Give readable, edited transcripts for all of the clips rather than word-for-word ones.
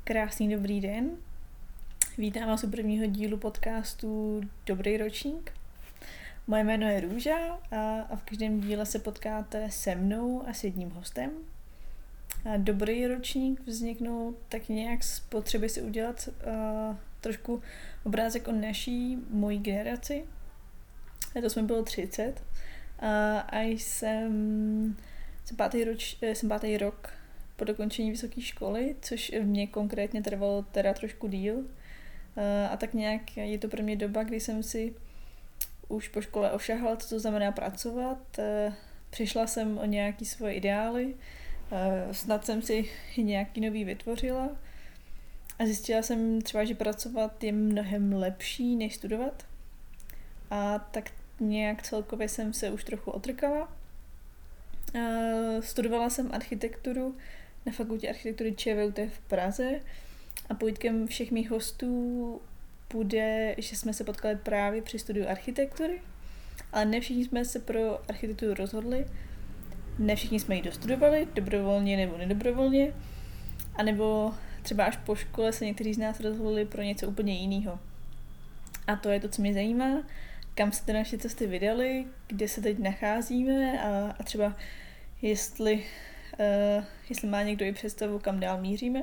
Krásný dobrý den. Vítám vás u prvního dílu podcastu Dobrý ročník. Moje jméno je Růža a v každém díle se potkáte se mnou a s jedním hostem. Dobrý ročník vzniknul tak nějak z potřeby si udělat trošku obrázek o mojí generaci. To jsme bylo 30 a jsem pátý rok po dokončení vysoké školy, což mě konkrétně trvalo teda trošku díl. A tak nějak je to pro mě doba, kdy jsem si už po škole ošahala, co to znamená pracovat. Přišla jsem o nějaký svoje ideály, snad jsem si nějaký nový vytvořila a zjistila jsem třeba, že pracovat je mnohem lepší, než studovat. A tak nějak celkově jsem se už trochu otrkala. Studovala jsem architekturu na fakultě architektury ČVUT v Praze a pojítkem všech mých hostů bude, že jsme se potkali právě při studiu architektury, ale ne všichni jsme se pro architekturu rozhodli, ne všichni jsme ji dostudovali, dobrovolně nebo nedobrovolně, anebo třeba až po škole se někteří z nás rozhodli pro něco úplně jiného. A to je to, co mě zajímá, kam se ty naše cesty vydaly, kde se teď nacházíme a třeba jestli má někdo i představu, kam dál míříme.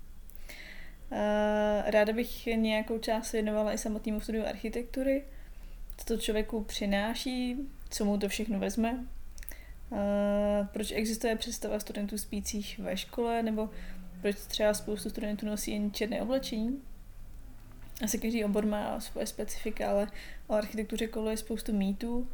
Ráda bych nějakou část věnovala i samotnému studiu architektury, co to člověku přináší, co mu to všechno vezme, proč existuje představa studentů spících ve škole, nebo proč třeba spoustu studentů nosí jen černé oblečení. Asi každý obor má svoje specifika, ale o architektuře koluje spoustu mýtů.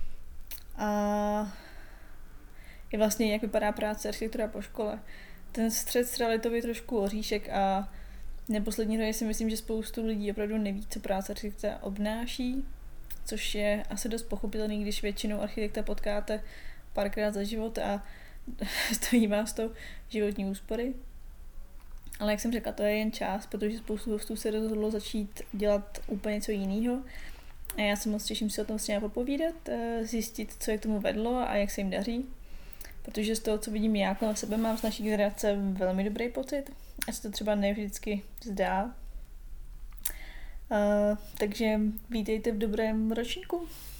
A je vlastně, jak vypadá práce architektura po škole. Ten střed s realitou je trošku oříšek a v neposlední řadě si myslím, že spoustu lidí opravdu neví, co práce architekta obnáší, což je asi dost pochopitelný, když většinou architekta potkáte párkrát za život a stojí vás to životní úspory. Ale jak jsem řekla, to je jen čas, protože spoustu hostů se rozhodlo začít dělat úplně něco jiného. A já se moc těším si o tom s těmi popovídat, zjistit, co je k tomu vedlo a jak se jim daří. Protože z toho, co vidím já kolem sebe, mám z naší generace velmi dobrý pocit. A se to třeba ne vždycky zdá. Takže vítejte v dobrém ročníku.